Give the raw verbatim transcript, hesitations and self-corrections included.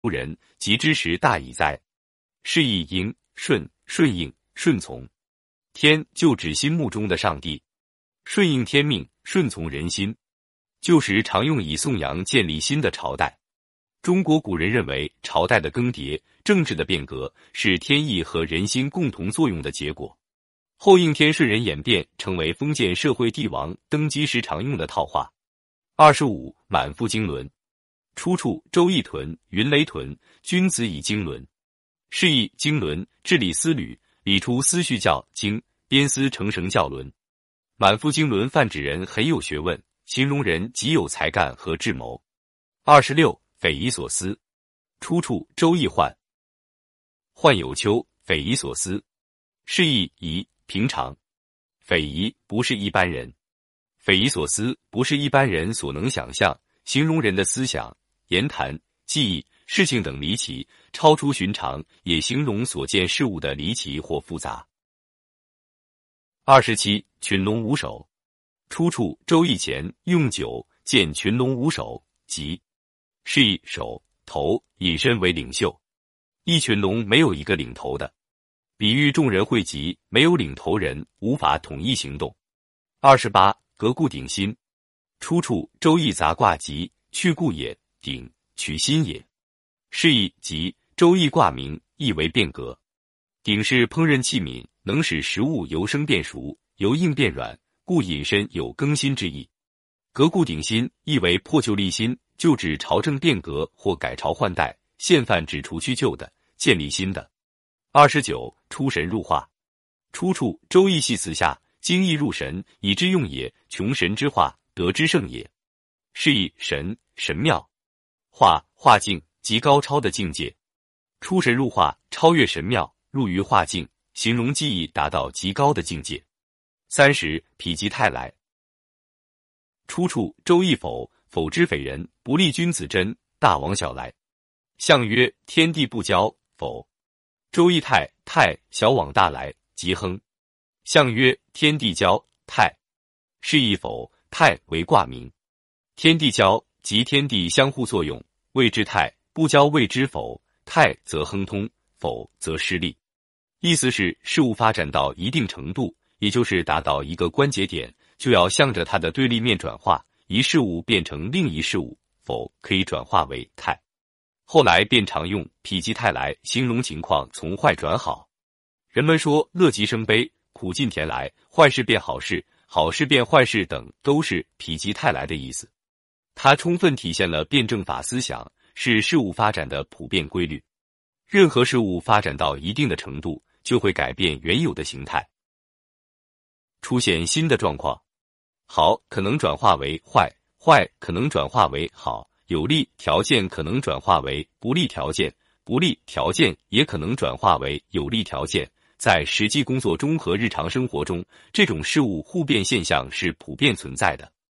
人，及之时大矣哉。是以应、顺、顺应、顺从。天就指心目中的上帝，顺应天命，顺从人心。旧时常用以颂扬建立新的朝代。中国古人认为，朝代的更迭、政治的变革是天意和人心共同作用的结果。后应天顺人演变成为封建社会帝王登基时常用的套话。二十五，满腹经纶。出处周易屯、云雷屯，君子以经纶。是以经纶，治理思虑，理出思绪教经，编思成绳教纶。满腹经纶泛指人很有学问，形容人极有才干和智谋。二十六，匪夷所思。出处周易涣。涣有丘，匪夷所思。是以夷，平常。匪夷不是一般人。匪夷所思不是一般人所能想象，形容人的思想、言谈、记忆、事情等离奇，超出寻常，也形容所见事物的离奇或复杂。二十七，群龙无首。出处周易前用九见群龙无首，即是以首头引申为领袖，一群龙没有一个领头的，比喻众人汇集，没有领头人，无法统一行动。二十八，革故鼎新。出处周易杂卦集，去故也，鼎取新也。是以即周易卦名，意为变革。鼎是烹饪器皿，能使食物由生变熟，由硬变软，故引申有更新之意。革故鼎新意为破旧立新，就指朝政变革或改朝换代，现犯指除去旧的，建立新的。二十九，出神入化。出处周易系辞下，精义入神，以致用也，穷神之化，得之盛也。是以神，神妙；化，化境，极高超的境界。出神入化，超越神妙，入于化境，形容技艺达到极高的境界。三十，否极泰来。出处周易否，否之匪人，不立君子贞，大往小来。象曰天地不交，否。周易泰，泰小往大来，即亨。象曰天地交，泰。是以否，泰为卦名。天地交，即天地相互作用，谓之泰；不交谓之否。泰则亨通，否则失利。意思是事物发展到一定程度，也就是达到一个关节点，就要向着它的对立面转化，一事物变成另一事物，否可以转化为泰。后来便常用否极泰来形容情况从坏转好。人们说乐极生悲，苦尽甜来，坏事变好事，好事变坏事等，都是否极泰来的意思。它充分体现了辩证法思想，是事物发展的普遍规律。任何事物发展到一定的程度，就会改变原有的形态，出现新的状况。好可能转化为坏，坏可能转化为好，有利条件可能转化为不利条件，不利条件也可能转化为有利条件。在实际工作中和日常生活中，这种事物互变现象是普遍存在的。